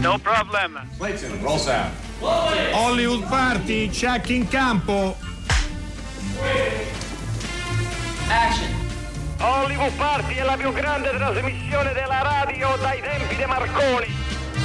No problem. Clayton, roll sound. Hollywood Party, check in campo. Action. Hollywood Party è la più grande trasmissione della radio dai tempi di Marconi.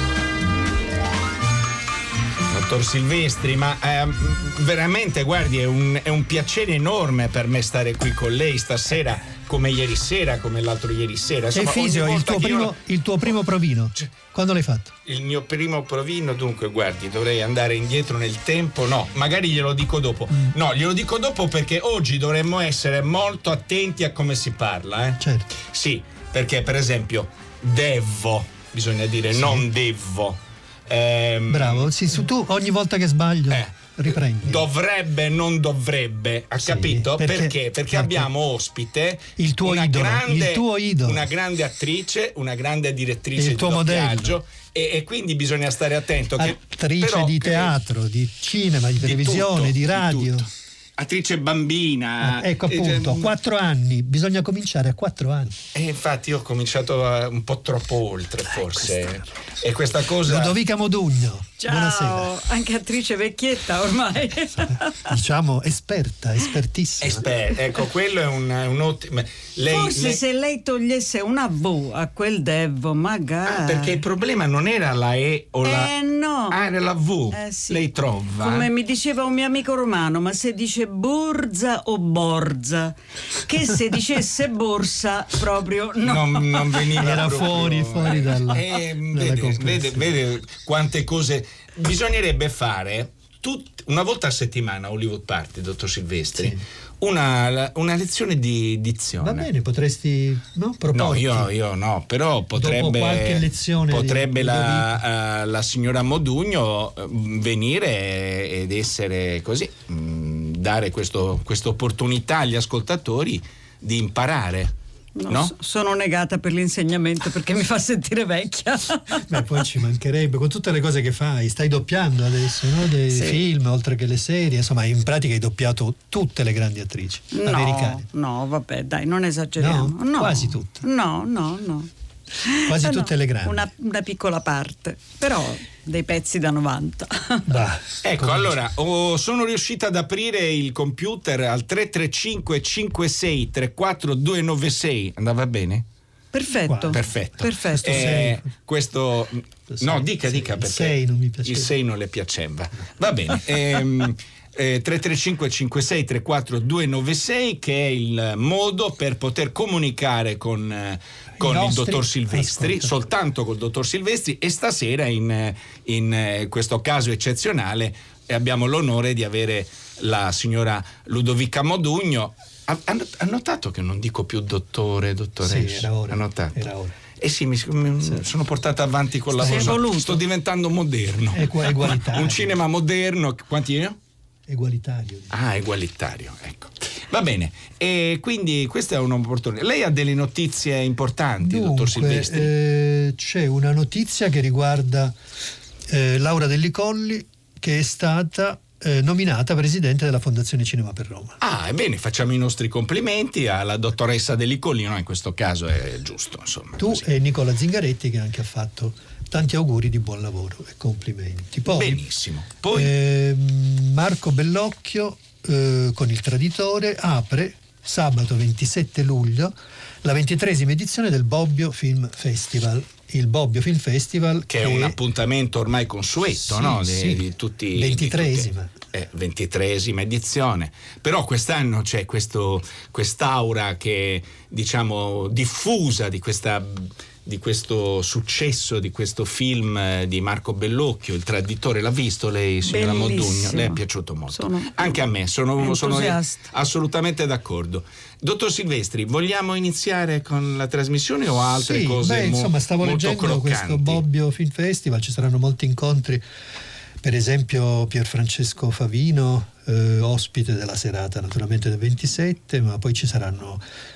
Dottor Silvestri, ma veramente, guardi, è un piacere enorme per me stare qui con lei stasera, come ieri sera, come l'altro ieri sera. Insomma, Fisio, il tuo primo provino, quando l'hai fatto? Il mio primo provino, dunque, guardi, dovrei andare indietro nel tempo. No, magari glielo dico dopo. No, glielo dico dopo perché oggi dovremmo essere molto attenti a come si parla, Certo. Sì, perché per esempio devo, bisogna dire, non devo. Bravo, sì, tu ogni volta che sbaglio riprendi. Dovrebbe, non dovrebbe, ha capito? Perché abbiamo ospite il tuo idolo, una grande attrice, una grande direttrice il tuo di modello. doppiaggio e quindi bisogna stare attento. Attrice di teatro, di cinema, di televisione, tutto, di radio. Di attrice bambina. Ecco appunto, 4 anni, bisogna cominciare a 4 anni. E infatti io ho cominciato un po' troppo oltre, forse. E questa cosa. Ludovica Modugno. Ciao, buonasera. Anche attrice vecchietta ormai. Diciamo espertissima. Ecco, quello è un ottimo. Forse se lei togliesse una V a quel devo, magari. Perché il problema non era la E o la. No. Era la V. Sì. Lei trova. Come mi diceva un mio amico romano, ma se dice burza o borza, che se dicesse borsa proprio no. Non veniva. Era proprio, fuori dalla vede quante cose bisognerebbe fare una volta a settimana a Hollywood Party, dottor Silvestri. Sì. Una lezione di dizione. Va bene, potresti proporti. No, io no, però potrebbe. Dopo qualche lezione potrebbe la signora Modugno venire ed essere così, dare questa opportunità agli ascoltatori di imparare. No? Sono negata per l'insegnamento perché mi fa sentire vecchia. Beh, poi ci mancherebbe, con tutte le cose che fai, stai doppiando adesso, no? Dei film oltre che le serie, insomma in pratica hai doppiato tutte le grandi attrici americane. No, vabbè, dai, non esageriamo. No, quasi tutte. No. Quasi tutte le grandi. Una piccola parte, però dei pezzi da 90. Ecco, allora, sono riuscita ad aprire il computer al 335 56 34 296. Andava bene? Perfetto. Questo no, dica perché il 6 non mi piaceva. Il 6 non le piaceva. Va bene. 335 56 34 296, che è il modo per poter comunicare con il dottor Silvestri, soltanto col dottor Silvestri, e stasera in questo caso eccezionale abbiamo l'onore di avere la signora Ludovica Modugno. Ha notato che non dico più dottore, dottoressa? Sì, era ora. Ha notato? Era ora. Sì, mi sono portata avanti con la lavoro. Sto diventando moderno. Egualitario. Un cinema moderno. Quanti io? Egualitario. Egualitario, ecco. Va bene, e quindi questa è un'opportunità. Lei ha delle notizie importanti, dottor Silvestri? C'è una notizia che riguarda Laura Delli Colli, che è stata nominata presidente della Fondazione Cinema per Roma. Ebbene, facciamo i nostri complimenti alla dottoressa Delli Colli, no? In questo caso è giusto, insomma. Tu così. E Nicola Zingaretti, che anche ha fatto tanti auguri di buon lavoro e complimenti. Poi, benissimo. Poi Marco Bellocchio con Il Traditore apre sabato 27 luglio la 23esima edizione del Bobbio Film Festival. Il Bobbio Film Festival che è un appuntamento ormai consueto, sì, no? Sì. Di tutti 23esima. 23esima edizione. Però quest'anno c'è quest'aura che, diciamo, diffusa di questo successo di questo film di Marco Bellocchio, Il Traditore. L'ha visto lei, signora Modugno? Le è piaciuto molto. Anche a me, sono assolutamente d'accordo. Dottor Silvestri, vogliamo iniziare con la trasmissione o altre cose? Insomma, stavo leggendo croccanti. Questo Bobbio Film Festival, ci saranno molti incontri, per esempio Pierfrancesco Favino, ospite della serata naturalmente del 27, ma poi ci saranno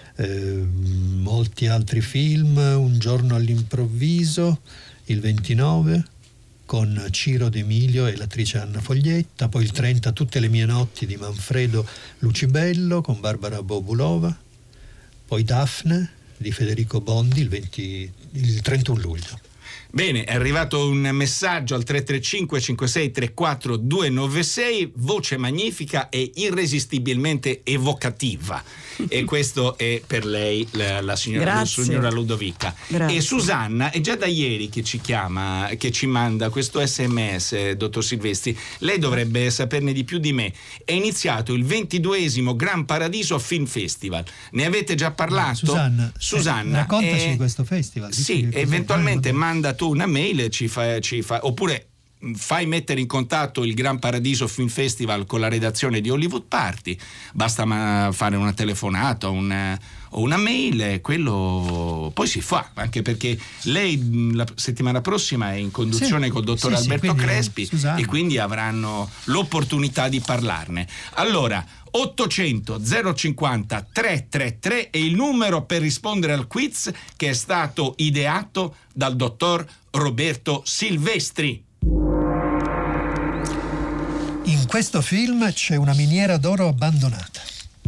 molti altri film. Un giorno all'improvviso, il 29, con Ciro D'Emilio e l'attrice Anna Foglietta. Poi il 30, Tutte le mie notti di Manfredo Lucibello con Barbara Bobulova. Poi Daphne di Federico Bondi il 31 luglio. Bene, è arrivato un messaggio al 335 5634 296, voce magnifica e irresistibilmente evocativa. E questo è per lei, la signora Ludovica. Grazie. E Susanna è già da ieri che ci chiama, che ci manda questo SMS, dottor Silvestri. Lei dovrebbe saperne di più di me. È iniziato il 22esimo Gran Paradiso Film Festival. Ne avete già parlato? Susanna, raccontaci di questo festival. Sì, eventualmente manda tu una mail, ci fa, oppure fai mettere in contatto il Gran Paradiso Film Festival con la redazione di Hollywood Party. Basta fare una telefonata o una mail, e quello poi si fa, anche perché lei la settimana prossima è in conduzione col dottor Alberto Crespi, Susanna, e quindi avranno l'opportunità di parlarne. Allora 800 050 333 è il numero per rispondere al quiz che è stato ideato dal dottor Roberto Silvestri. In questo film c'è una miniera d'oro abbandonata.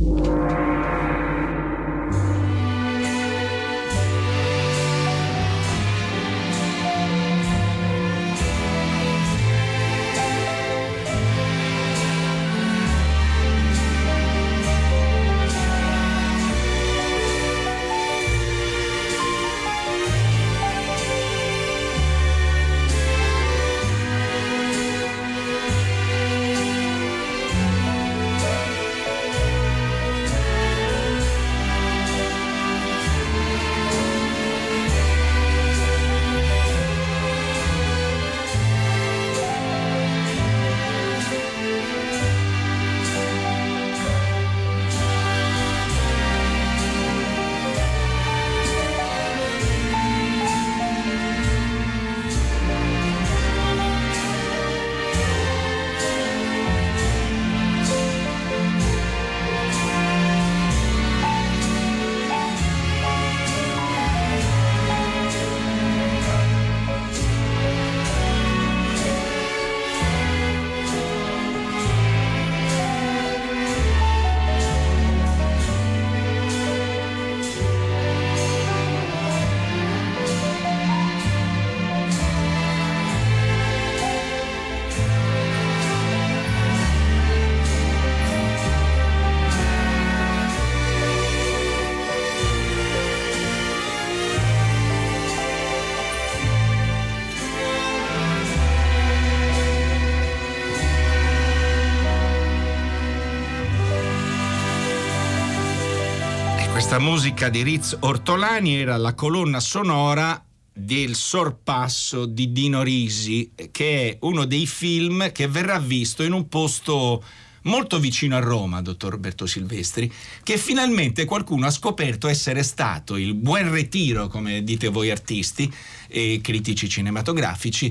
Questa musica di Riz Ortolani era la colonna sonora del Sorpasso di Dino Risi, che è uno dei film che verrà visto in un posto molto vicino a Roma, dottor Roberto Silvestri, che finalmente qualcuno ha scoperto essere stato il buon ritiro, come dite voi artisti e critici cinematografici,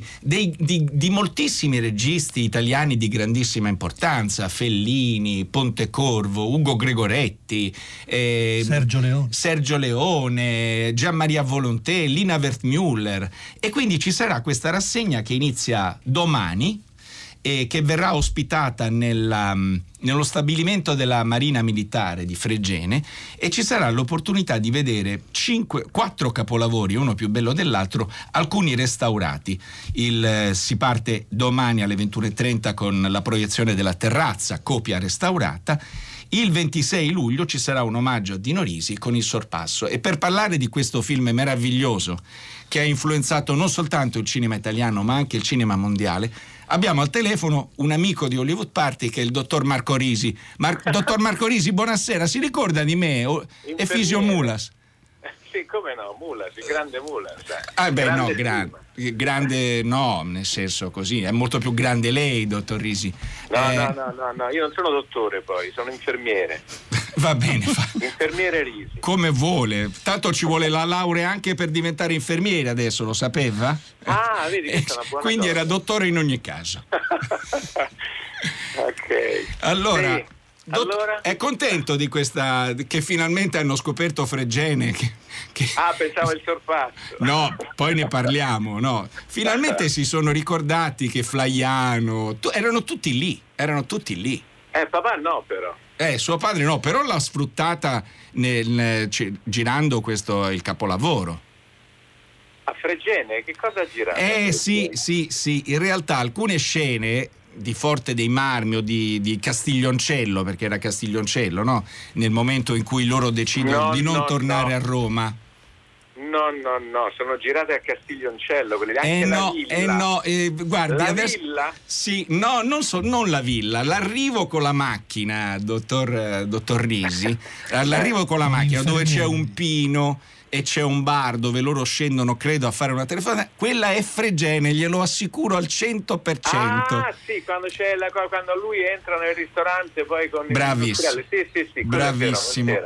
di moltissimi registi italiani di grandissima importanza: Fellini, Pontecorvo, Ugo Gregoretti, Sergio Leone, Gianmaria Volonté, Lina Wertmüller. E quindi ci sarà questa rassegna che inizia domani e che verrà ospitata nello stabilimento della Marina Militare di Fregene, e ci sarà l'opportunità di vedere 4 capolavori, uno più bello dell'altro, alcuni restaurati. Si parte domani alle 21:30 con la proiezione della Terrazza, copia restaurata. Il 26 luglio ci sarà un omaggio a Dino Risi con il Sorpasso. E per parlare di questo film meraviglioso che ha influenzato non soltanto il cinema italiano ma anche il cinema mondiale, abbiamo al telefono un amico di Hollywood Party che è il dottor Marco Risi. Dottor Marco Risi, buonasera, si ricorda di me? Efisio Mulas? Sì, come no, Mulas, il grande Mulas. Grande no, nel senso così, è molto più grande lei, dottor Risi. No, io non sono dottore, poi sono infermiere. Va bene, infermiere Risi. Come vuole, tanto ci vuole la laurea anche per diventare infermiere adesso, lo sapeva? Ah, vedi, questa è una buona quindi cosa. Era dottore in ogni caso. Ok. Allora, sì. Allora? È contento di questa, che finalmente hanno scoperto Fregene? Pensavo il Sorpasso. No, poi ne parliamo. No, finalmente si sono ricordati che Flaiano erano tutti lì. Papà no, però. Suo padre no, però l'ha sfruttata girando il capolavoro. A Fregene, che cosa ha girato? Sì, in realtà alcune scene di Forte dei Marmi o di Castiglioncello, perché era Castiglioncello, no? Nel momento in cui loro decidono di non tornare a Roma. No, sono girate a Castiglioncello, quelle anche la villa. Guardi, la adesso, villa? Sì, no, non la villa, l'arrivo con la macchina, dottor Risi, l'arrivo con la macchina dove c'è un pino e c'è un bar dove loro scendono, credo, a fare una telefonata, quella è Fregene, glielo assicuro al 100%. Ah, sì, quando lui entra nel ristorante poi con bravissimo. Sì, bravissimo.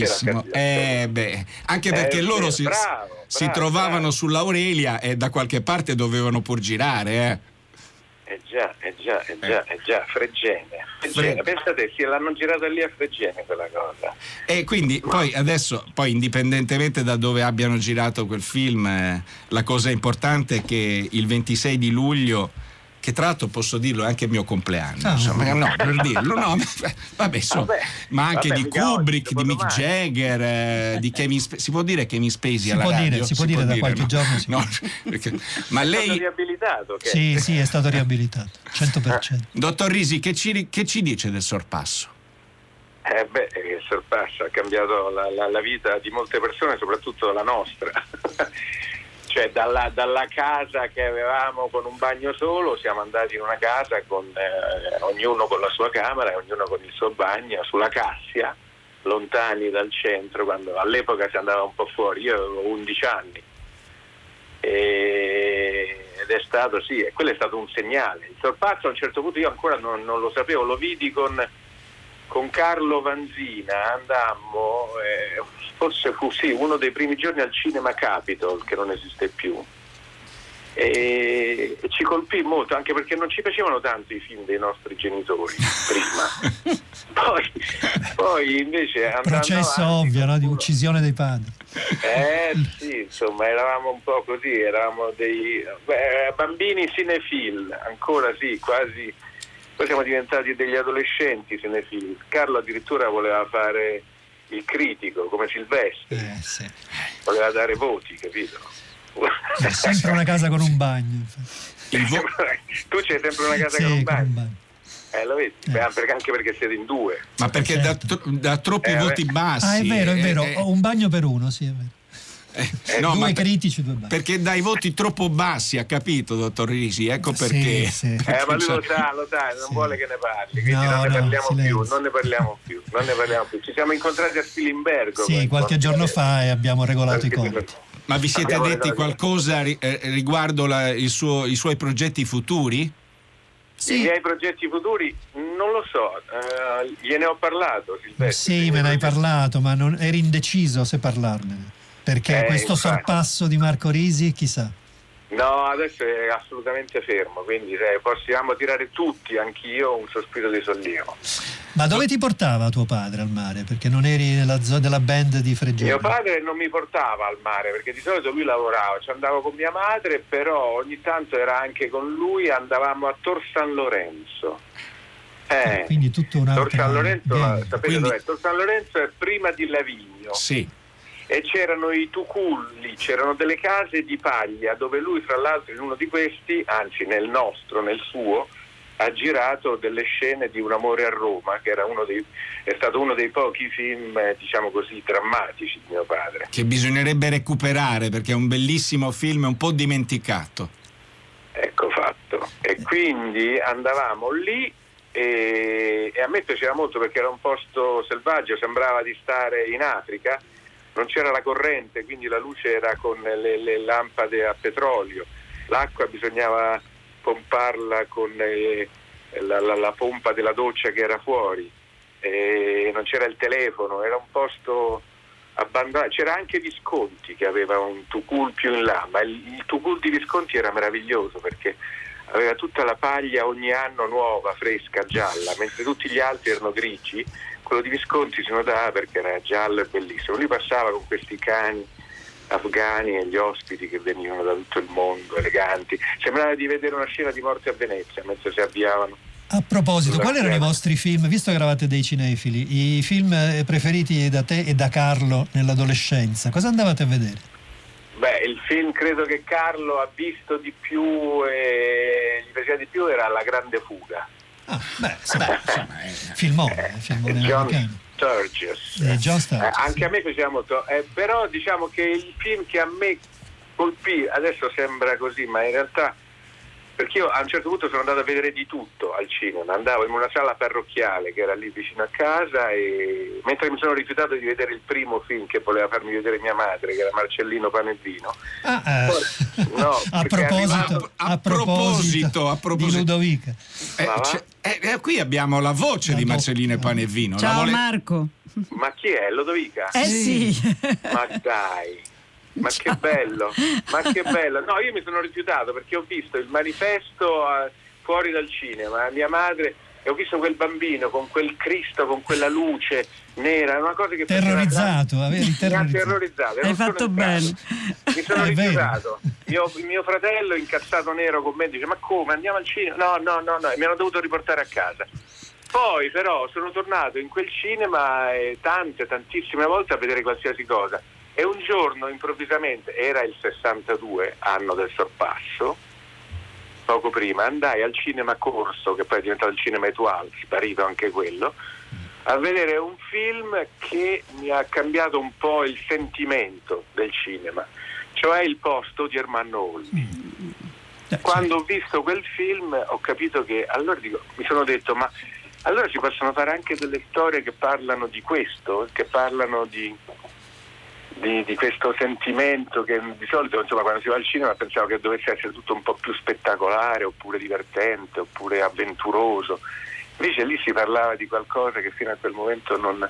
Anche perché loro si trovavano sull'Aurelia e da qualche parte dovevano pur girare, già, Fregene. Pensate, l'hanno girata lì a Fregene quella cosa. E quindi poi adesso, indipendentemente da dove abbiano girato quel film, la cosa importante è che il 26 di luglio, che tra l'altro posso dirlo è anche il mio compleanno, per dirlo, ma anche di Kubrick, di Mick Jagger, di Kevin Spacey. Si può dire Kevin Spacey alla radio? Si può dire da qualche giorno. Ma lei è stato riabilitato? Okay. Sì, è stato riabilitato 100%. Dottor Risi, che ci dice del sorpasso? Il sorpasso ha cambiato la vita di molte persone, soprattutto la nostra. Cioè dalla casa che avevamo con un bagno solo siamo andati in una casa con ognuno con la sua camera e ognuno con il suo bagno sulla Cassia, lontani dal centro, quando all'epoca si andava un po' fuori. Io avevo 11 anni ed è stato e quello è stato un segnale. Il sorpasso a un certo punto io ancora non lo sapevo, lo vidi con Carlo Vanzina, andammo, forse fu uno dei primi giorni al Cinema Capitol, che non esiste più, e ci colpì molto, anche perché non ci piacevano tanto i film dei nostri genitori prima. poi invece processo ovvio, no? Di uccisione dei padri. Sì, insomma, eravamo un po' così, eravamo dei bambini cinefil, ancora quasi. Poi siamo diventati degli adolescenti cinefili. Carlo addirittura voleva fare il critico come Silvestri, voleva dare voti, capito? C'è sempre una casa con un bagno. Tu c'hai sempre una casa con un bagno. Lo vedi? Anche perché siete in due. Ma perché da troppi voti bassi. È vero, ho un bagno per uno, sì, è vero. Due critici, due bagni. Perché dai voti troppo bassi, ha capito, dottor Risi? Ecco perché. Ma lui lo sa, non vuole che ne parli, quindi non ne parliamo più. Ci siamo incontrati a Spilimbergo. Sì, qualche giorno fa e abbiamo regolato i conti. Ma vi siete detti qualcosa riguardo i suoi progetti futuri? Sì. I miei progetti futuri non lo so, gliene ho parlato, Silvestri. Sì, me ne hai parlato, ma non eri indeciso se parlarmene. Perché questo sorpasso di Marco Risi, chissà. No, adesso è assolutamente fermo, quindi possiamo tirare tutti, anch'io, un sospiro di sollievo. Ma dove ti portava tuo padre al mare? Perché non eri nella zona della band di Fregene? Mio padre non mi portava al mare, perché di solito lui lavorava, ci andavo con mia madre, però ogni tanto era anche con lui, andavamo a Tor San Lorenzo. Quindi tutto un altro. Tor San Lorenzo, sapete dov'è? Tor San Lorenzo è prima di Lavigno. Sì. E c'erano i tuculli, c'erano delle case di paglia dove lui, fra l'altro, in uno di questi, anzi nel suo, ha girato delle scene di Un amore a Roma, che è stato uno dei pochi film, diciamo così, drammatici di mio padre. Che bisognerebbe recuperare, perché è un bellissimo film, un po' dimenticato. Ecco fatto. E quindi andavamo lì e a me piaceva molto perché era un posto selvaggio, sembrava di stare in Africa. Non c'era la corrente, quindi la luce era con le lampade a petrolio, l'acqua bisognava pomparla con la pompa della doccia che era fuori, non c'era il telefono, era un posto abbandonato. C'era anche Visconti che aveva un Tucul più in là, ma il Tucul di Visconti era meraviglioso perché aveva tutta la paglia ogni anno nuova, fresca, gialla, mentre tutti gli altri erano grigi. Quello di Visconti si notava perché era giallo e bellissimo. Lui passava con questi cani afghani e gli ospiti che venivano da tutto il mondo, eleganti. Sembrava di vedere una scena di Morte a Venezia mentre si avviavano. A proposito, quali erano i vostri film, visto che eravate dei cinefili, i film preferiti da te e da Carlo nell'adolescenza? Cosa andavate a vedere? Beh, il film credo che Carlo ha visto di più e gli piaceva di più era La Grande Fuga. Filmone John Sturges. Anche a me piaceva molto, però diciamo che il film che a me colpì, adesso sembra così, ma in realtà, perché io a un certo punto sono andato a vedere di tutto al cinema, andavo in una sala parrocchiale che era lì vicino a casa, e mentre mi sono rifiutato di vedere il primo film che voleva farmi vedere mia madre, che era Marcellino Pane e Vino. A proposito di Ludovica. Qui abbiamo la voce di Marcellino e Pane e Vino. Ciao Marco. Ma chi è? Ludovica? Sì. Ma dai. Ma che bello, no, io mi sono rifiutato perché ho visto il manifesto fuori dal cinema, mia madre, e ho visto quel bambino con quel Cristo, con quella luce nera, una cosa che terrorizzato. Hai fatto bene. Mi sono rifiutato. Mio fratello incazzato nero con me dice: ma come, andiamo al cinema? No, e mi hanno dovuto riportare a casa. Poi però sono tornato in quel cinema tantissime volte a vedere qualsiasi cosa. E un giorno improvvisamente, era il 62, anno del sorpasso, poco prima, andai al cinema Corso, che poi è diventato il cinema Etoile, sparito anche quello, a vedere un film che mi ha cambiato un po' il sentimento del cinema, cioè Il posto di Ermanno Olmi. Quando ho visto quel film ho capito che, mi sono detto, ma allora ci possono fare anche delle storie che parlano di questo, che parlano di questo sentimento che di solito, insomma, quando si va al cinema pensavo che dovesse essere tutto un po' più spettacolare, oppure divertente, oppure avventuroso. Invece lì si parlava di qualcosa che fino a quel momento non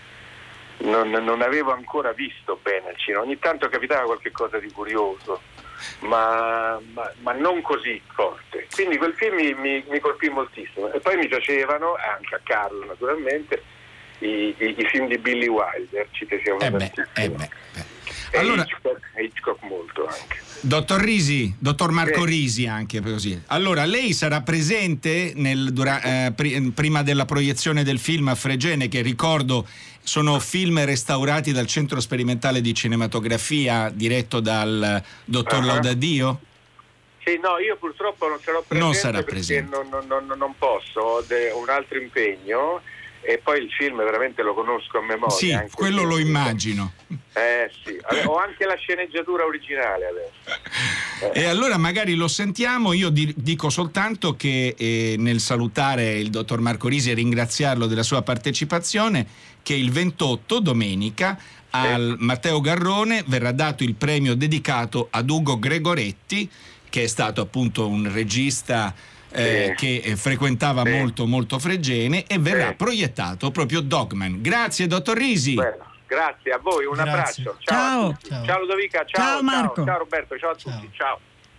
avevo ancora visto bene al cinema. Ogni tanto capitava qualche cosa di curioso, ma non così forte. Quindi quel film mi colpì moltissimo. E poi mi piacevano, anche a Carlo naturalmente, i film di Billy Wilder, ci piacevano tantissimo. Allora, Hitchcock molto anche. Dottor Marco Risi anche così. Allora, lei sarà presente prima della proiezione del film a Fregene, che ricordo sono film restaurati dal Centro Sperimentale di Cinematografia diretto dal dottor Laudadio? Sì, no, io purtroppo non sarò presente, non sarà presente. Non posso, ho un altro impegno. E poi il film veramente lo conosco a memoria. Sì, anche quello lo immagino. Sì, ho anche la sceneggiatura originale adesso. E allora magari lo sentiamo. Io dico soltanto che nel salutare il dottor Marco Risi e ringraziarlo della sua partecipazione, che il 28 domenica al Matteo Garrone verrà dato il premio dedicato ad Ugo Gregoretti, che è stato appunto un regista che frequentava molto Fregene, e verrà proiettato proprio Dogman. Grazie dottor Risi. Bello. Grazie a voi, un abbraccio. Ciao a tutti. Ciao Ludovica, ciao Marco. Ciao Roberto, ciao a tutti. Ciao.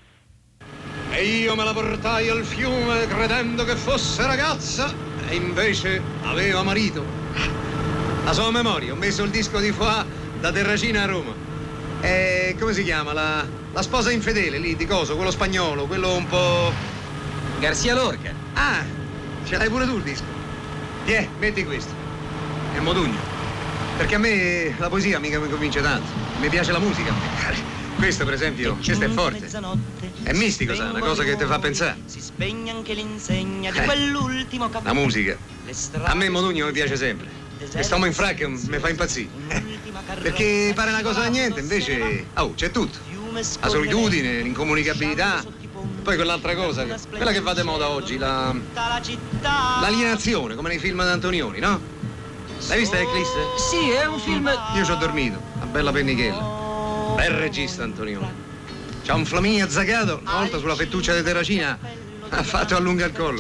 E io me la portai al fiume credendo che fosse ragazza, e invece aveva marito. La sua memoria, ho messo il disco di Foà da Terracina a Roma. E come si chiama? La sposa infedele lì di coso, quello spagnolo, quello un po'... Garcia Lorca. Ah, ce l'hai pure tu il disco? Metti questo. È Modugno. Perché a me la poesia mica mi convince tanto. Mi piace la musica. Questo per esempio, questo è forte. È mistico, sa, una cosa che ti fa pensare. Si spegne anche l'insegna di quell'ultimo caffè. La musica. A me Modugno mi piace sempre. E stiamo in fracca mi fa impazzire. Perché pare una cosa da niente, invece c'è tutto. La solitudine, l'incomunicabilità. Poi quell'altra cosa, quella che va di moda oggi, l'alienazione, come nei film di Antonioni, no? L'hai vista Eclisse? Sì, è un film... Io ci ho dormito, a bella pennichella. Bel regista Antonioni. C'ha un flaminio azzagato, una volta sulla fettuccia di Terracina ha fatto allunga il collo.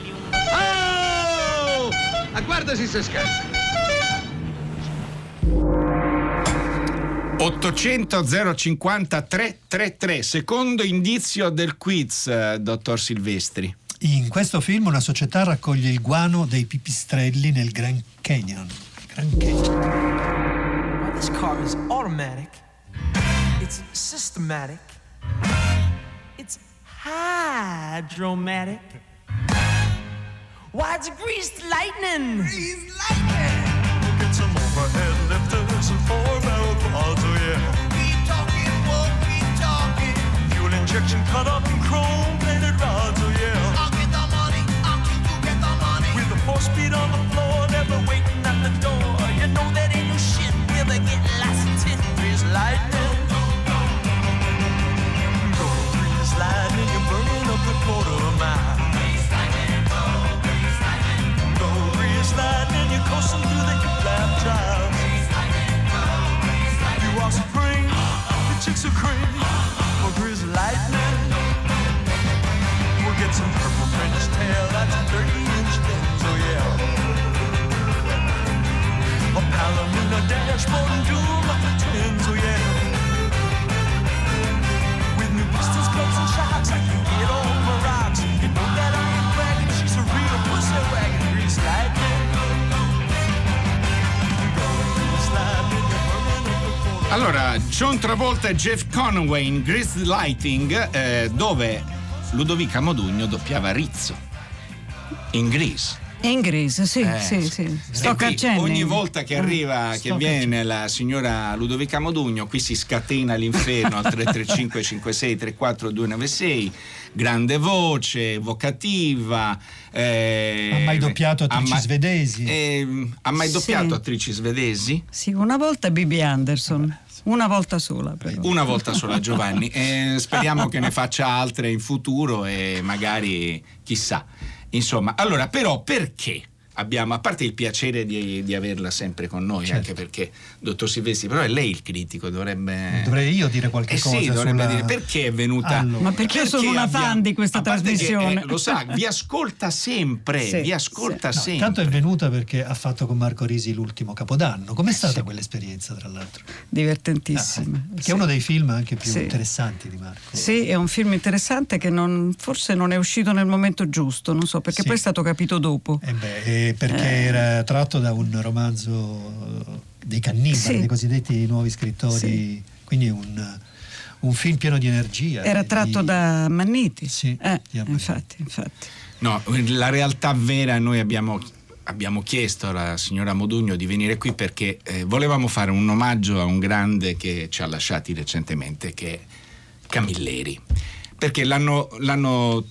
Oh! Ma guarda se scazza. 800 050 333, secondo indizio del quiz, dottor Silvestri. In questo film una società raccoglie il guano dei pipistrelli nel Grand Canyon. Well, this car is automatic. It's systematic. It's hydromatic. Why, it's greased lightning. Greased lightning. Get some overhead lifters and 4-barrel quads, oh yeah. We talking walk. injection cut up in chrome plated rods, oh yeah. I'll get the money, I'll get the money. With the 4-speed on the floor, never waiting at the door. You know that ain't no shit, we'll be getting lots of tin. Grease lightning. Go grease lightning, you're burning up the quarter mile. Go grease lightning, you're coasting through the hip-lap trials. You are supreme, the chicks are cream. For grease lightning, we'll get some purple French tail, that's a 30-inch lens, oh yeah. A Palomino dashboard and dual muffin twins, oh yeah. With new pistols, clubs and shocks, I can get all my rocks. You know that I ain't bragging, she's a real pussy wagon. Grease lightning, go grease lightning, you're burning up the corner. Allora, John Travolta e Jeff Conway in Grease Lighting, dove Ludovica Modugno doppiava Rizzo in Grease. In Grease, sì. Stock Channing. Ogni volta che arriva, che viene la signora Ludovica Modugno, qui si scatena l'inferno al 335 56 34 296. Grande voce, evocativa. Ha mai doppiato attrici svedesi? Ha mai doppiato attrici svedesi? Sì, una volta Bibi Anderson. Una volta sola, però. Una volta sola, Giovanni. Speriamo che ne faccia altre in futuro e magari chissà. Insomma, allora, però perché abbiamo, a parte il piacere di averla sempre con noi, certo, anche perché, dottor Silvestri, però è lei il critico, dovrei io dire qualche cosa. Sì, dovrebbe dire perché è venuta. Allora. Ma perché io sono una fan di questa trasmissione. Che, lo sa, vi ascolta sempre, sempre. Tanto è venuta perché ha fatto con Marco Risi l'ultimo Capodanno. Com'è stata quell'esperienza, tra l'altro? Divertentissima. Perché è uno dei film anche più interessanti di Marco. Sì, è un film interessante che forse non è uscito nel momento giusto, non so, perché poi è stato capito dopo. Perché era tratto da un romanzo dei cannibali, dei cosiddetti nuovi scrittori, quindi un film pieno di energia. Era tratto da Manniti. Sì, infatti. No, la realtà vera, noi abbiamo chiesto alla signora Modugno di venire qui perché volevamo fare un omaggio a un grande che ci ha lasciati recentemente, che è Camilleri, perché l'hanno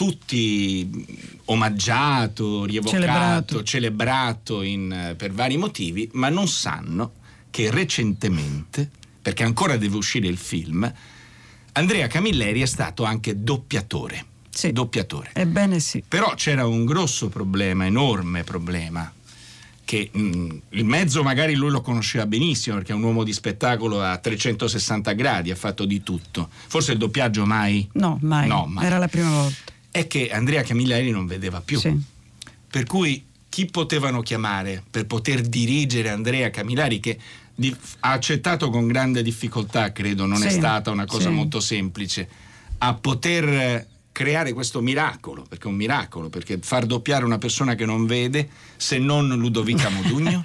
tutti omaggiato, rievocato, celebrato per vari motivi, ma non sanno che recentemente, perché ancora deve uscire il film, Andrea Camilleri è stato anche doppiatore. Sì. Doppiatore. Ebbene sì. Però c'era un grosso problema, enorme problema, che il mezzo magari lui lo conosceva benissimo perché è un uomo di spettacolo a 360 gradi, ha fatto di tutto. Forse il doppiaggio mai? No, mai. Era la prima volta. È che Andrea Camilleri non vedeva più. Sì. Per cui chi potevano chiamare per poter dirigere Andrea Camilleri, che ha accettato con grande difficoltà, credo, non è stata una cosa molto semplice, a poter creare questo miracolo, perché è un miracolo, perché far doppiare una persona che non vede, se non Ludovica Modugno,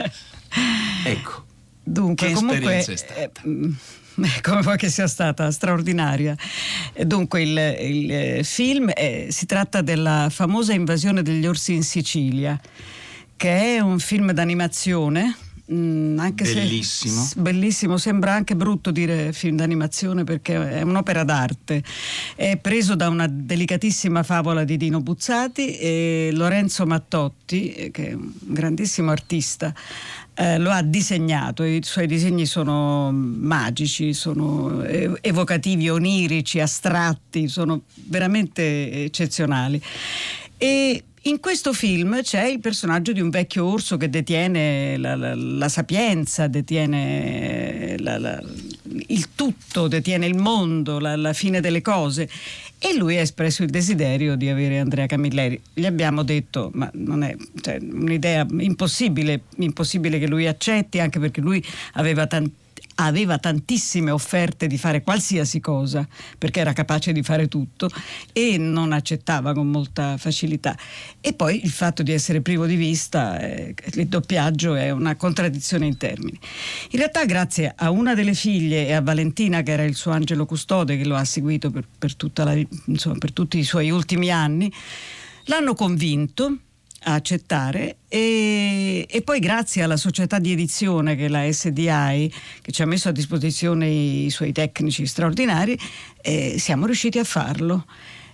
ecco. Dunque, che comunque, esperienza è stata? Come vuoi che sia stata straordinaria. Dunque il film si tratta della famosa invasione degli orsi in Sicilia, che è un film d'animazione, anche bellissimo. Bellissimo, sembra anche brutto dire film d'animazione perché è un'opera d'arte, è preso da una delicatissima favola di Dino Buzzati e Lorenzo Mattotti, che è un grandissimo artista, lo ha disegnato. I suoi disegni sono magici, sono evocativi, onirici, astratti, sono veramente eccezionali. E in questo film c'è il personaggio di un vecchio orso che detiene la sapienza, detiene il tutto, detiene il mondo, la fine delle cose, e lui ha espresso il desiderio di avere Andrea Camilleri. Gli abbiamo detto, ma non è un'idea impossibile che lui accetti, anche perché lui aveva tantissime offerte di fare qualsiasi cosa, perché era capace di fare tutto, e non accettava con molta facilità. E poi il fatto di essere privo di vista, il doppiaggio è una contraddizione in termini. In realtà, grazie a una delle figlie e a Valentina, che era il suo angelo custode, che lo ha seguito per tutti i suoi ultimi anni, l'hanno convinto a accettare e poi grazie alla società di edizione che è la SDI, che ci ha messo a disposizione i suoi tecnici straordinari, siamo riusciti a farlo.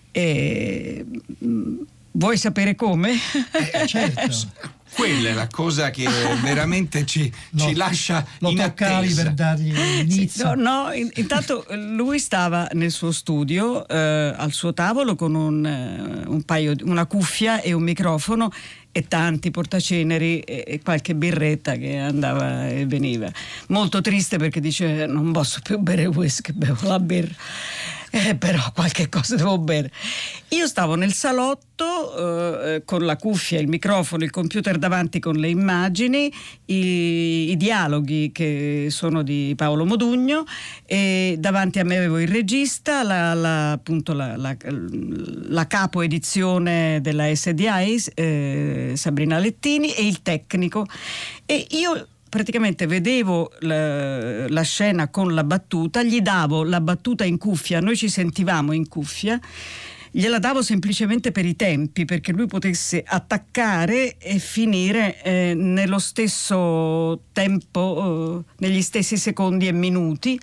Vuoi sapere come? Certo. Quella è la cosa che veramente ci lascia in toccavi attesa. per dargli l'inizio. Intanto lui stava nel suo studio al suo tavolo con una cuffia e un microfono e tanti portaceneri e qualche birretta che andava e veniva. Molto triste perché dice: non posso più bere whisky, bevo la birra. Però qualche cosa devo bere. Io stavo nel salotto con la cuffia, il microfono, il computer davanti con le immagini, i dialoghi che sono di Paolo Modugno, e davanti a me avevo il regista, la capo edizione della SDI, Sabrina Lettini, e il tecnico, e io praticamente vedevo la scena con la battuta, gli davo la battuta in cuffia, noi ci sentivamo in cuffia, gliela davo semplicemente per i tempi, perché lui potesse attaccare e finire nello stesso tempo, negli stessi secondi e minuti.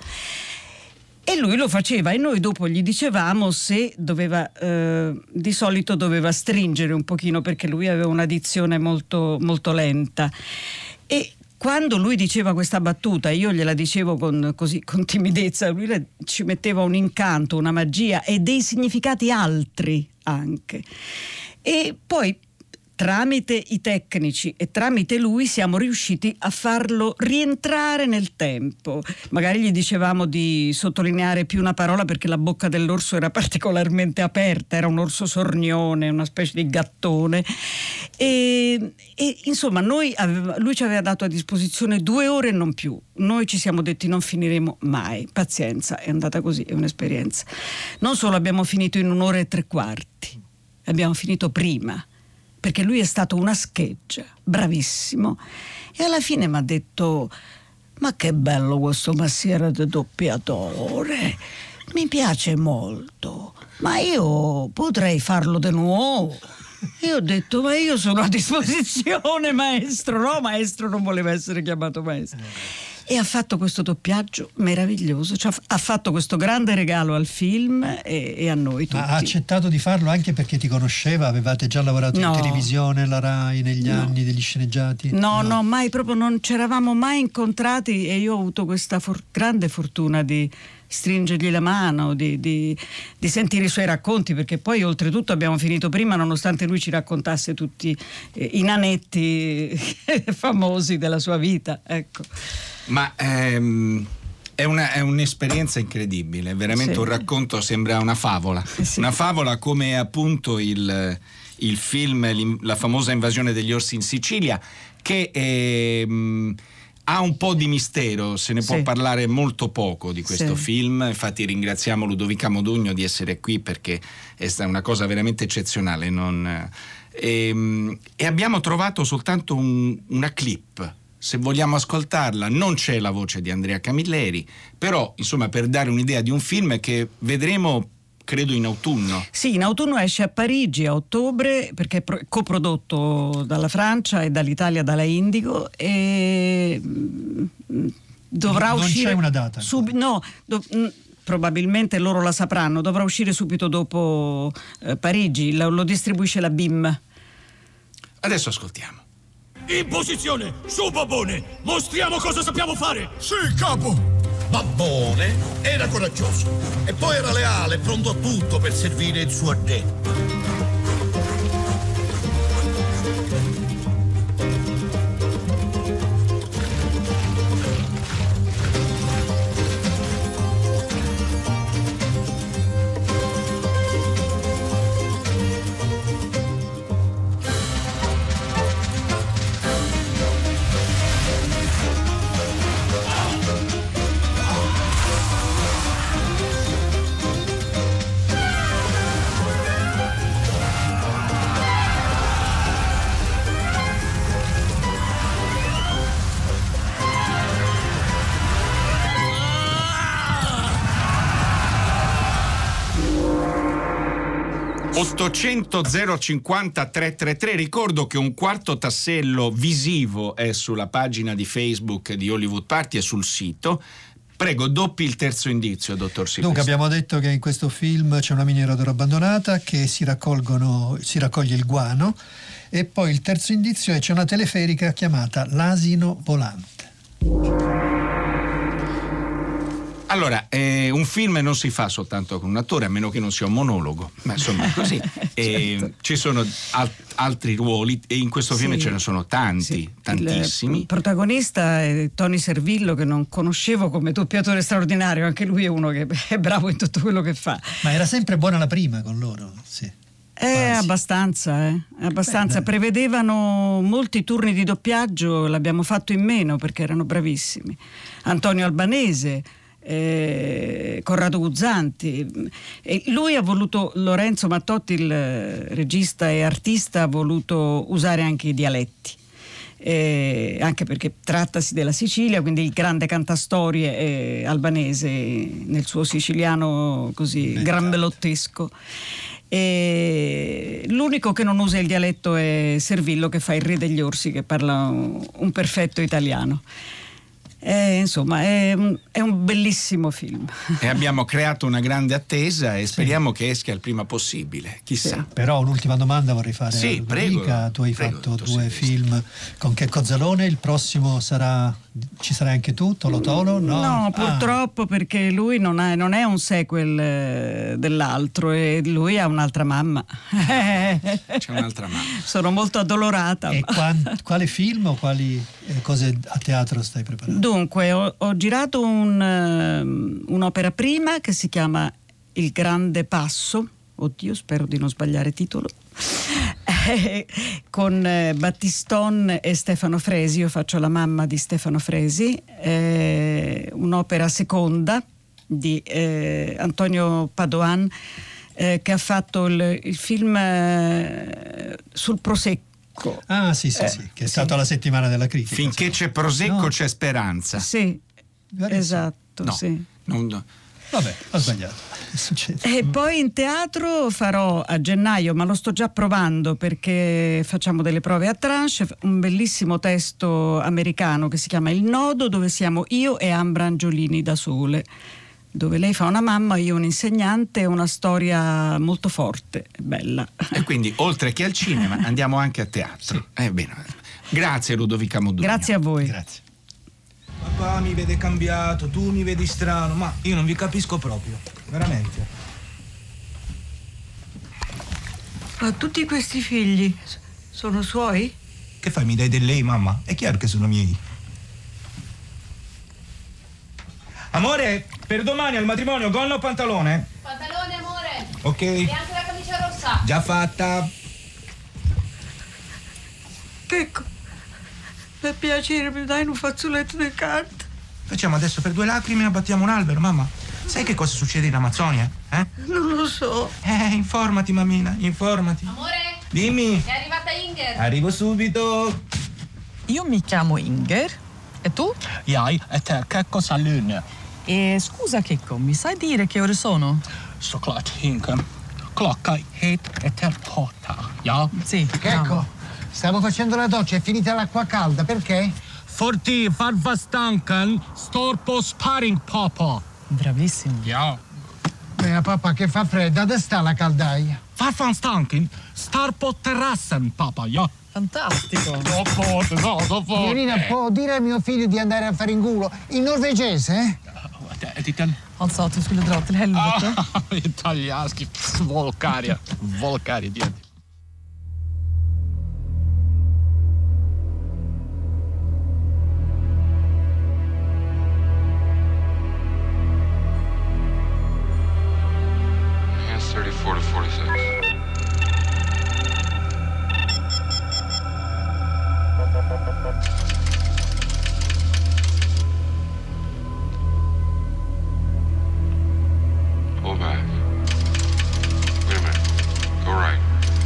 E lui lo faceva e noi dopo gli dicevamo se doveva, di solito doveva stringere un pochino perché lui aveva una dizione molto, molto lenta. E quando lui diceva questa battuta, io gliela dicevo con timidezza, lui ci metteva un incanto, una magia e dei significati altri anche. E poi tramite i tecnici e tramite lui siamo riusciti a farlo rientrare nel tempo. Magari gli dicevamo di sottolineare più una parola perché la bocca dell'orso era particolarmente aperta, era un orso sornione, una specie di gattone, e insomma lui ci aveva dato a disposizione 2 ore e non più. Noi ci siamo detti: non finiremo mai, pazienza. È andata così, è un'esperienza. Non solo abbiamo finito in 1 ora e 3/4, abbiamo finito prima, perché lui è stato una scheggia, bravissimo. E alla fine mi ha detto: ma che bello questo mestiere di doppiatore, mi piace molto, ma io potrei farlo di nuovo. Io ho detto: ma io sono a disposizione, maestro. No, maestro non voleva essere chiamato maestro. E ha fatto questo doppiaggio meraviglioso, cioè, ha fatto questo grande regalo al film e a noi tutti. Ha accettato di farlo anche perché ti conosceva? Avevate già lavorato in televisione, alla Rai, negli anni degli sceneggiati? No, mai, proprio non ci eravamo mai incontrati, e io ho avuto questa grande fortuna di stringergli la mano, di sentire i suoi racconti, perché poi oltretutto abbiamo finito prima nonostante lui ci raccontasse tutti i nanetti famosi della sua vita, ecco. Ma è un'esperienza incredibile, veramente sì. Un racconto, sembra una favola, sì. Una favola come appunto il film La famosa invasione degli orsi in Sicilia, che ha un po' di mistero, se ne può parlare molto poco di questo film. Infatti ringraziamo Ludovica Modugno di essere qui perché è stata una cosa veramente eccezionale. E abbiamo trovato soltanto una clip. Se vogliamo ascoltarla, non c'è la voce di Andrea Camilleri, però insomma, per dare un'idea di un film che vedremo credo in autunno. Sì, in autunno esce a Parigi a ottobre, perché è coprodotto dalla Francia e dall'Italia, dalla Indigo, e dovrà uscire. Non c'è una data? Probabilmente loro la sapranno, dovrà uscire subito dopo Parigi, lo distribuisce la BIM. Adesso ascoltiamo. In posizione, su Babbone, mostriamo cosa sappiamo fare. Sì, capo. Babbone era coraggioso e poi era leale, pronto a tutto per servire il suo re. 800 050 333. Ricordo che un quarto tassello visivo è sulla pagina di Facebook di Hollywood Party e sul sito. Prego, doppi il terzo indizio, dottor Silvestri. Dunque abbiamo detto che in questo film c'è una miniera d'oro abbandonata, che si raccoglie il guano, e poi il terzo indizio è c'è una teleferica chiamata l'asino volante. Allora, un film non si fa soltanto con un attore, a meno che non sia un monologo, ma insomma così. Certo. Ci sono altri ruoli e in questo film ce ne sono tanti, tantissimi. Il protagonista è Tony Servillo, che non conoscevo come doppiatore straordinario, anche lui è uno che è bravo in tutto quello che fa. Ma era sempre buona la prima con loro, sì. Abbastanza. Prevedevano molti turni di doppiaggio, l'abbiamo fatto in meno perché erano bravissimi. Antonio Albanese, Corrado Guzzanti, e lui ha voluto, Lorenzo Mattotti, il regista e artista, ha voluto usare anche i dialetti, anche perché trattasi della Sicilia, quindi il grande cantastorie albanese nel suo siciliano così grambelottesco. E l'unico che non usa il dialetto è Servillo, che fa il Re degli Orsi, che parla un perfetto italiano. Insomma, è un bellissimo film. E abbiamo creato una grande attesa e speriamo che esca il prima possibile. Chissà. Sì. Però un'ultima domanda vorrei fare. Sì, prego. Tu hai fatto due film con Checco Zalone, il prossimo ci sarai anche tu, Tolo Tolo? No, purtroppo, perché lui non è un sequel dell'altro, e lui ha un'altra mamma. C'è un'altra mamma. Sono molto addolorata. E quale film o quali cose a teatro stai preparando? Dunque, ho girato un'opera prima che si chiama Il Grande Passo. Oddio, spero di non sbagliare titolo. Con Battiston e Stefano Fresi. Io faccio la mamma di Stefano Fresi. Un'opera seconda di Antonio Padoan, che ha fatto il film sul Prosecco. Sì, che è stata la settimana della critica. Finché c'è Prosecco c'è speranza. Sì, esatto. No, sì. Vabbè, ho sbagliato. Succede. E poi in teatro farò a gennaio, ma lo sto già provando perché facciamo delle prove a tranche, un bellissimo testo americano che si chiama Il Nodo, dove siamo io e Ambra Angiolini da sole, dove lei fa una mamma, io un insegnante, una storia molto forte, bella. E quindi oltre che al cinema andiamo anche a teatro. Sì. Bene. Grazie Ludovica Modugno. Grazie a voi. Grazie. Papà mi vede cambiato, tu mi vedi strano, ma io non vi capisco proprio, veramente. Ma tutti questi figli sono suoi? Che fai, mi dai del lei, mamma? È chiaro che sono miei. Amore, per domani al matrimonio, gonna o pantalone? Pantalone, amore. Ok. E anche la camicia rossa. Già fatta. Ecco. Per piacere, mi dai un fazzoletto di carta? Facciamo adesso per 2 lacrime e abbattiamo un albero, mamma. Sai che cosa succede in Amazzonia? Non lo so. Informati, mammina, informati. Amore? Dimmi. È arrivata Inger. Arrivo subito. Io mi chiamo Inger. E tu? Jag heter Checco Zalone. E scusa Checco, mi sai dire che ore sono? Såklart, Inge. Klockan är 8. Ja? Sì, Checco, stavo facendo la doccia, è finita l'acqua calda, perché? Fordi farfastanken står på sparring, papà. Bravissimo. Ja. Papà, che fa fredda, dove sta la caldaia? Farfastanken står på terrassen, papà, ja. Fantastico. Irina, può dire a mio figlio di andare a fare in culo in norvegese? Han sa att du skulle dra till helvete. Italianski volkari, dieti. Hands 34 to 46. Pull back. Wait a minute. Go right.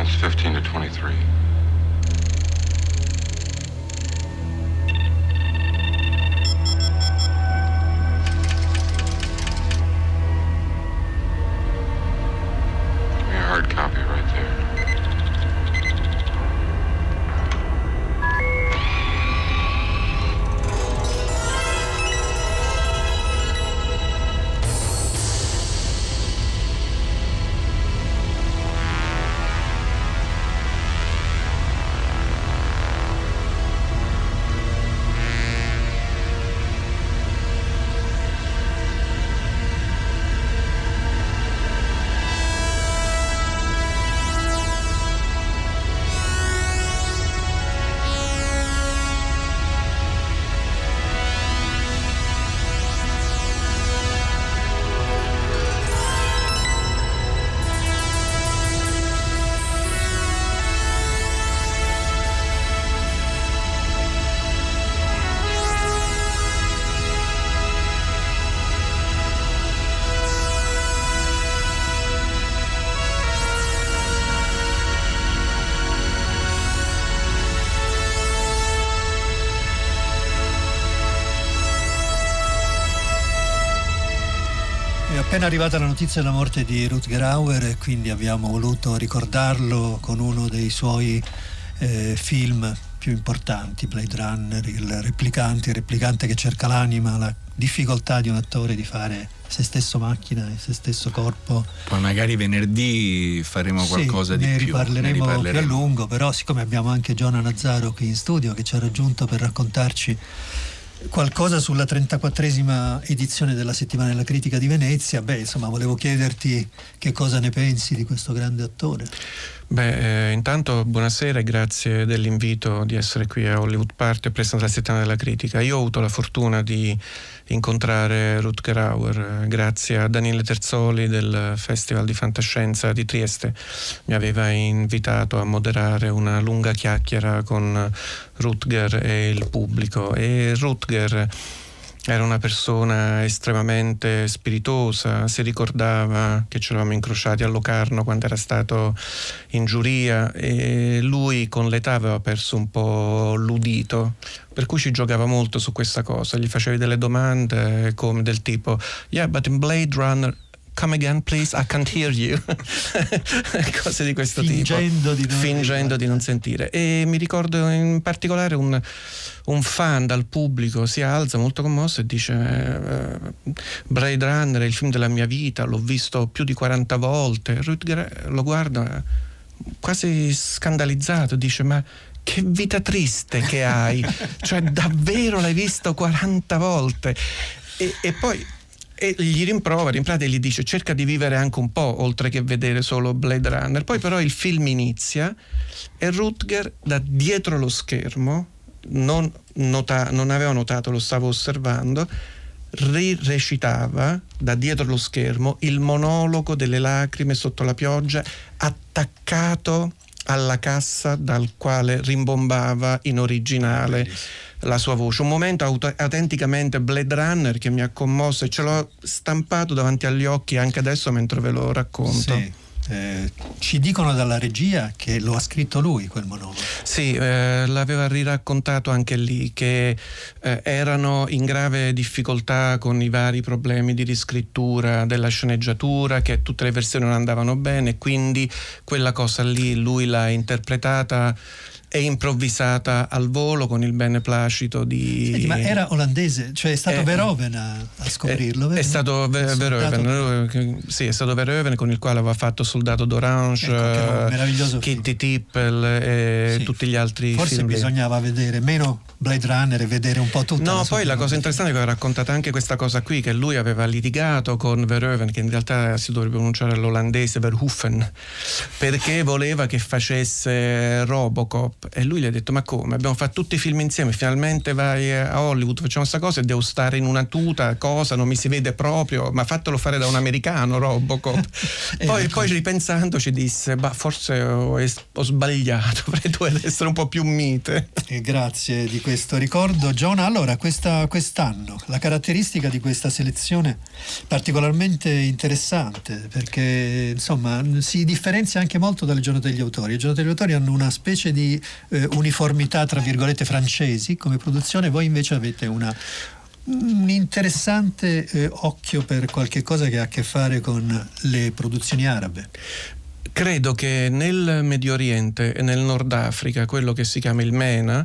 Chance 15 to 23. Give me a hard copy right there. Appena arrivata la notizia della morte di Rutger Hauer e quindi abbiamo voluto ricordarlo con uno dei suoi film più importanti, Blade Runner, il replicante che cerca l'anima, la difficoltà di un attore di fare se stesso macchina e se stesso corpo. Poi magari venerdì faremo qualcosa di più. Ne riparleremo più a lungo, però siccome abbiamo anche Giona Nazzaro qui in studio che ci ha raggiunto per raccontarci qualcosa sulla 34esima edizione della Settimana della Critica di Venezia, volevo chiederti che cosa ne pensi di questo grande attore. Intanto buonasera e grazie dell'invito di essere qui a Hollywood Party a presentare la Settimana della Critica. Io ho avuto la fortuna di incontrare Rutger Hauer grazie a Daniele Terzoli del Festival di Fantascienza di Trieste. Mi aveva invitato a moderare una lunga chiacchiera con Rutger e il pubblico, e Rutger era una persona estremamente spiritosa. Si ricordava che ci eravamo incrociati a Locarno quando era stato in giuria e lui con l'età aveva perso un po' l'udito, per cui ci giocava molto su questa cosa. Gli facevi delle domande come del tipo "Yeah, but in Blade Runner come again please, I can't hear you", cose di questo fingendo tipo, fingendo di non sentire. E mi ricordo in particolare un fan dal pubblico si alza molto commosso e dice "Blade Runner è il film della mia vita, l'ho visto più di 40 volte". Rutger lo guarda quasi scandalizzato, dice "Ma che vita triste che hai, cioè davvero l'hai visto 40 volte?". E poi gli rimprovera, in pratica gli dice cerca di vivere anche un po' oltre che vedere solo Blade Runner. Poi però il film inizia e Rutger da dietro lo schermo, non aveva notato, lo stavo osservando, recitava da dietro lo schermo il monologo delle lacrime sotto la pioggia attaccato alla cassa dal quale rimbombava in originale la sua voce. Un momento autenticamente Blade Runner che mi ha commosso e ce l'ho stampato davanti agli occhi anche adesso mentre ve lo racconto. Sì. Ci dicono dalla regia che lo ha scritto lui quel monologo. Sì, l'aveva riraccontato anche lì, che erano in grave difficoltà con i vari problemi di riscrittura della sceneggiatura, che tutte le versioni non andavano bene, quindi quella cosa lì lui l'ha interpretata e improvvisata al volo con il beneplacito di... Senti, ma era olandese, cioè è stato Verhoeven a scoprirlo, vero? È stato Verhoeven, sì, è stato Verhoeven con il quale aveva fatto Soldato d'Orange, Kitty Tippel e tutti gli altri Forse film. Forse bisognava vedere meno Blade Runner e vedere un po' tutto. No, poi la cosa interessante è che aveva raccontato anche questa cosa qui, che lui aveva litigato con Verhoeven, che in realtà si dovrebbe pronunciare l'olandese Verhoeven, perché voleva che facesse Robocop. E lui gli ha detto: ma come? Abbiamo fatto tutti i film insieme, finalmente vai a Hollywood, facciamo sta cosa e devo stare in una tuta, cosa, non mi si vede proprio, ma fatelo fare da un americano Robocop. poi ripensando ci disse: forse ho sbagliato, avrei dovuto essere un po' più mite. Grazie di questo ricordo, John. Allora, quest'anno, la caratteristica di questa selezione particolarmente interessante, perché insomma si differenzia anche molto dalle giornate degli autori. Le giornate degli autori hanno una specie di uniformità, tra virgolette, francesi come produzione, voi invece avete un interessante occhio per qualche cosa che ha a che fare con le produzioni arabe. Credo che nel Medio Oriente e nel Nord Africa, quello che si chiama il MENA,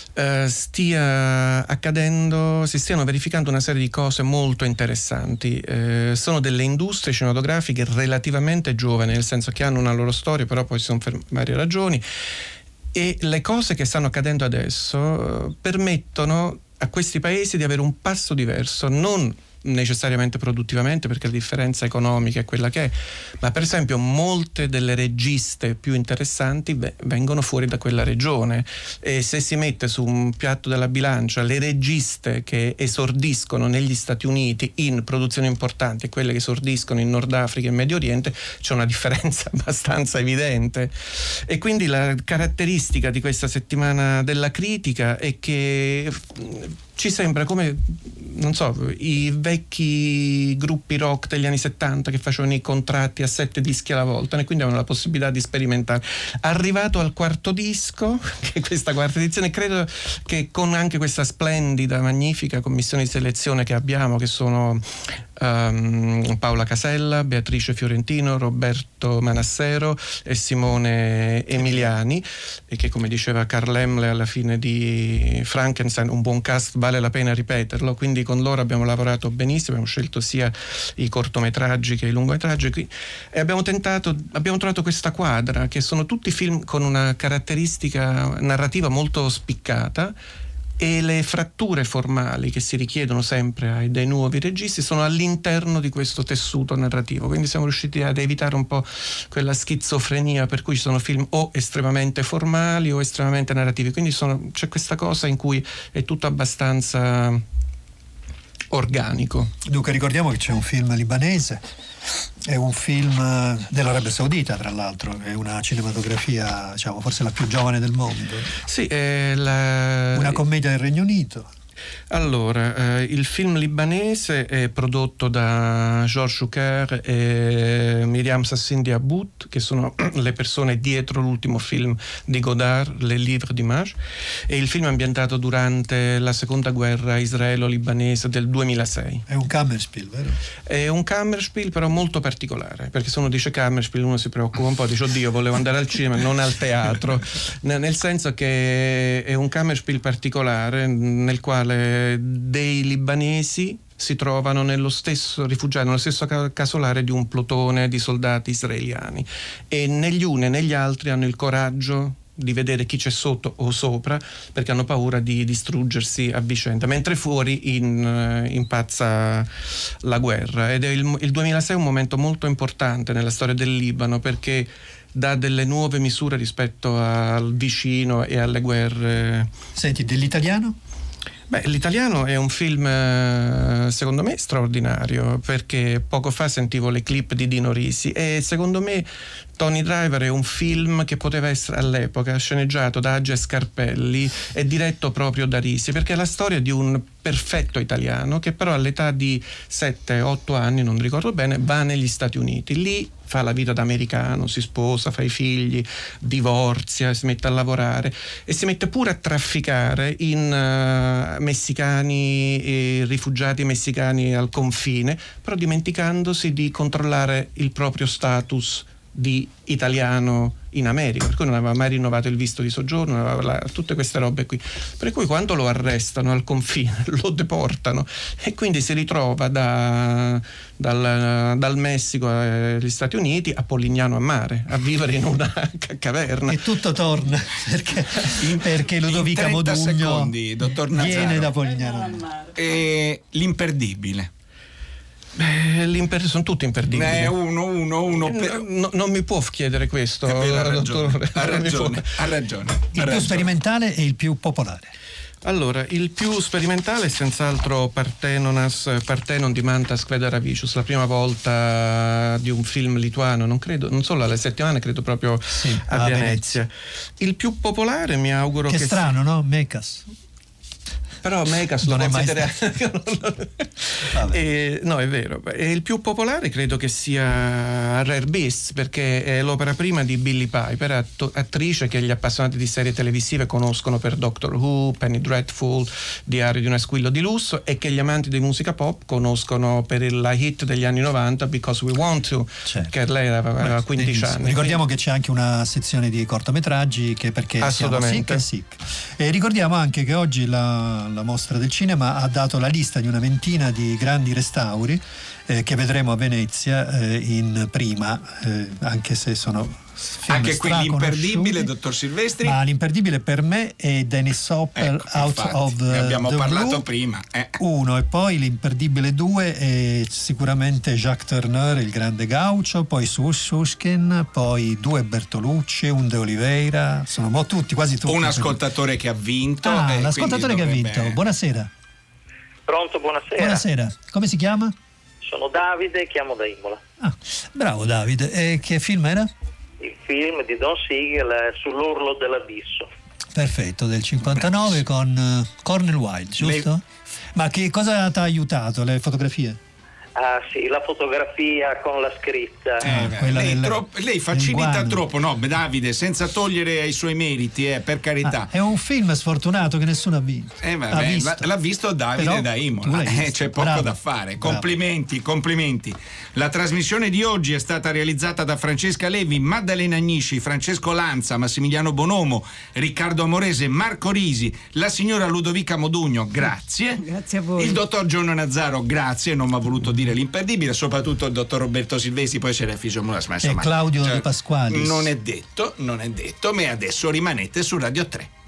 stia accadendo, si stiano verificando una serie di cose molto interessanti. Sono delle industrie cinematografiche relativamente giovani, nel senso che hanno una loro storia, però poi ci sono varie ragioni, e le cose che stanno accadendo adesso permettono a questi paesi di avere un passo diverso, non necessariamente produttivamente, perché la differenza economica è quella che è, ma per esempio molte delle registe più interessanti vengono fuori da quella regione, e se si mette su un piatto della bilancia le registe che esordiscono negli Stati Uniti in produzioni importanti e quelle che esordiscono in Nord Africa e Medio Oriente, c'è una differenza abbastanza evidente. E quindi la caratteristica di questa settimana della critica è che ci sembra come, non so, i vecchi gruppi rock degli anni 70 che facevano i contratti a 7 dischi alla volta e quindi avevano la possibilità di sperimentare. Arrivato al quarto disco, che è questa quarta edizione, credo che con anche questa splendida, magnifica commissione di selezione che abbiamo, che sono Paola Casella, Beatrice Fiorentino, Roberto Manassero e Simone Emiliani, e che, come diceva Carl Emle alla fine di Frankenstein, un buon cast vale la pena ripeterlo, quindi con loro abbiamo lavorato benissimo, abbiamo scelto sia i cortometraggi che i lungometraggi e abbiamo trovato questa quadra, che sono tutti film con una caratteristica narrativa molto spiccata, e le fratture formali che si richiedono sempre ai dei nuovi registi sono all'interno di questo tessuto narrativo, quindi siamo riusciti ad evitare un po' quella schizofrenia per cui ci sono film o estremamente formali o estremamente narrativi, quindi c'è questa cosa in cui è tutto abbastanza organico. Dunque ricordiamo che c'è un film libanese, è un film dell'Arabia Saudita, tra l'altro, è una cinematografia, diciamo, forse la più giovane del mondo. Sì, è una commedia del Regno Unito. Allora, il film libanese è prodotto da Georges Choucair e Myriam Sassin Diabout, che sono le persone dietro l'ultimo film di Godard, Le Livre d'Images, e il film è ambientato durante la seconda guerra israelo-libanese del 2006. È un Kammerspiel, vero? È un Kammerspiel, però molto particolare, perché se uno dice Kammerspiel uno si preoccupa un po', dice oddio, volevo andare al cinema, non al teatro, nel senso che è un Kammerspiel particolare nel quale dei libanesi si trovano rifugiati nello stesso casolare di un plotone di soldati israeliani, e negli uni e negli altri hanno il coraggio di vedere chi c'è sotto o sopra, perché hanno paura di distruggersi a vicenda, mentre fuori impazza la guerra. Ed è il 2006 è un momento molto importante nella storia del Libano, perché dà delle nuove misure rispetto al vicino e alle guerre. Senti, dell'italiano? L'italiano è un film secondo me straordinario, perché poco fa sentivo le clip di Dino Risi e secondo me Tony Driver è un film che poteva essere all'epoca sceneggiato da Age Scarpelli e diretto proprio da Risi, perché è la storia di un perfetto italiano che però all'età di 7-8 anni, non ricordo bene, va negli Stati Uniti. Lì fa la vita da americano, si sposa, fa i figli, divorzia, si mette a lavorare e si mette pure a trafficare in messicani e rifugiati messicani al confine, però dimenticandosi di controllare il proprio status di italiano in America, per cui non aveva mai rinnovato il visto di soggiorno, non aveva tutte queste robe qui, per cui quando lo arrestano al confine lo deportano e quindi si ritrova dal Messico agli Stati Uniti a Polignano a Mare, a vivere in una caverna, e tutto torna perché Ludovica Modugno secondi, dottor Nazzaro, viene da Polignano a Mare. L'imperdibile. Sono tutti imperdibili. Uno. Non mi può chiedere questo, dottore. Ha ragione. Il più sperimentale e il più popolare. Allora, il più sperimentale è senz'altro Parthenon di Mantas Kvedaravičius, la prima volta di un film lituano, non solo alle settimane, credo proprio a Venezia. Il più popolare mi auguro che strano, no? Mekas. Però Megas lo non è mai no, è vero. E il più popolare credo che sia Rare Beasts, perché è l'opera prima di Billie Piper, attrice che gli appassionati di serie televisive conoscono per Doctor Who, Penny Dreadful, Diario di un squillo di lusso, e che gli amanti di musica pop conoscono per la hit degli anni 90 Because We Want To, che lei aveva 15 anni. Ricordiamo che c'è anche una sezione di cortometraggi, che perché assolutamente siamo sick. E ricordiamo anche che oggi la Mostra del Cinema ha dato la lista di una ventina di grandi restauri che vedremo a Venezia in prima, anche se sono anche qui l'imperdibile dottor Silvestri. Ma l'imperdibile per me è Dennis Hopper, Out of ne abbiamo the parlato Blue, prima. 1, e poi l'imperdibile 2 è sicuramente Jacques Turner, il grande gaucho, poi Sushkin, poi 2 Bertolucci, un De Oliveira, sono tutti, quasi tutti. Un ascoltatore che ha vinto. L'ascoltatore che ha vinto. Buonasera. Pronto, buonasera. Buonasera. Come si chiama? Sono Davide, chiamo da Imola. Bravo Davide. E che film era? Il film di Don Siegel è Sull'orlo dell'abisso. Perfetto, del 59 con Cornel Wilde, giusto? Ma che cosa ti ha aiutato? Le fotografie? Ah sì, la fotografia con la scritta. Lei facilita troppo, no Davide, senza togliere ai suoi meriti, per carità. È un film sfortunato che nessuno ha visto. L'ha visto Davide. Però da Imola, c'è poco da fare. Bravo. Complimenti. La trasmissione di oggi è stata realizzata da Francesca Levi, Maddalena Agnisci, Francesco Lanza, Massimiliano Bonomo, Riccardo Amorese, Marco Risi, la signora Ludovica Modugno, grazie. Grazie a voi. Il dottor Giorgio Nazzaro, grazie, non mi ha voluto dire l'imperdibile, soprattutto il dottor Roberto Silvestri, poi c'era Fisio Mulas, ma insomma, e Claudio Di Pasqualis. Non è detto, ma adesso rimanete su Radio 3.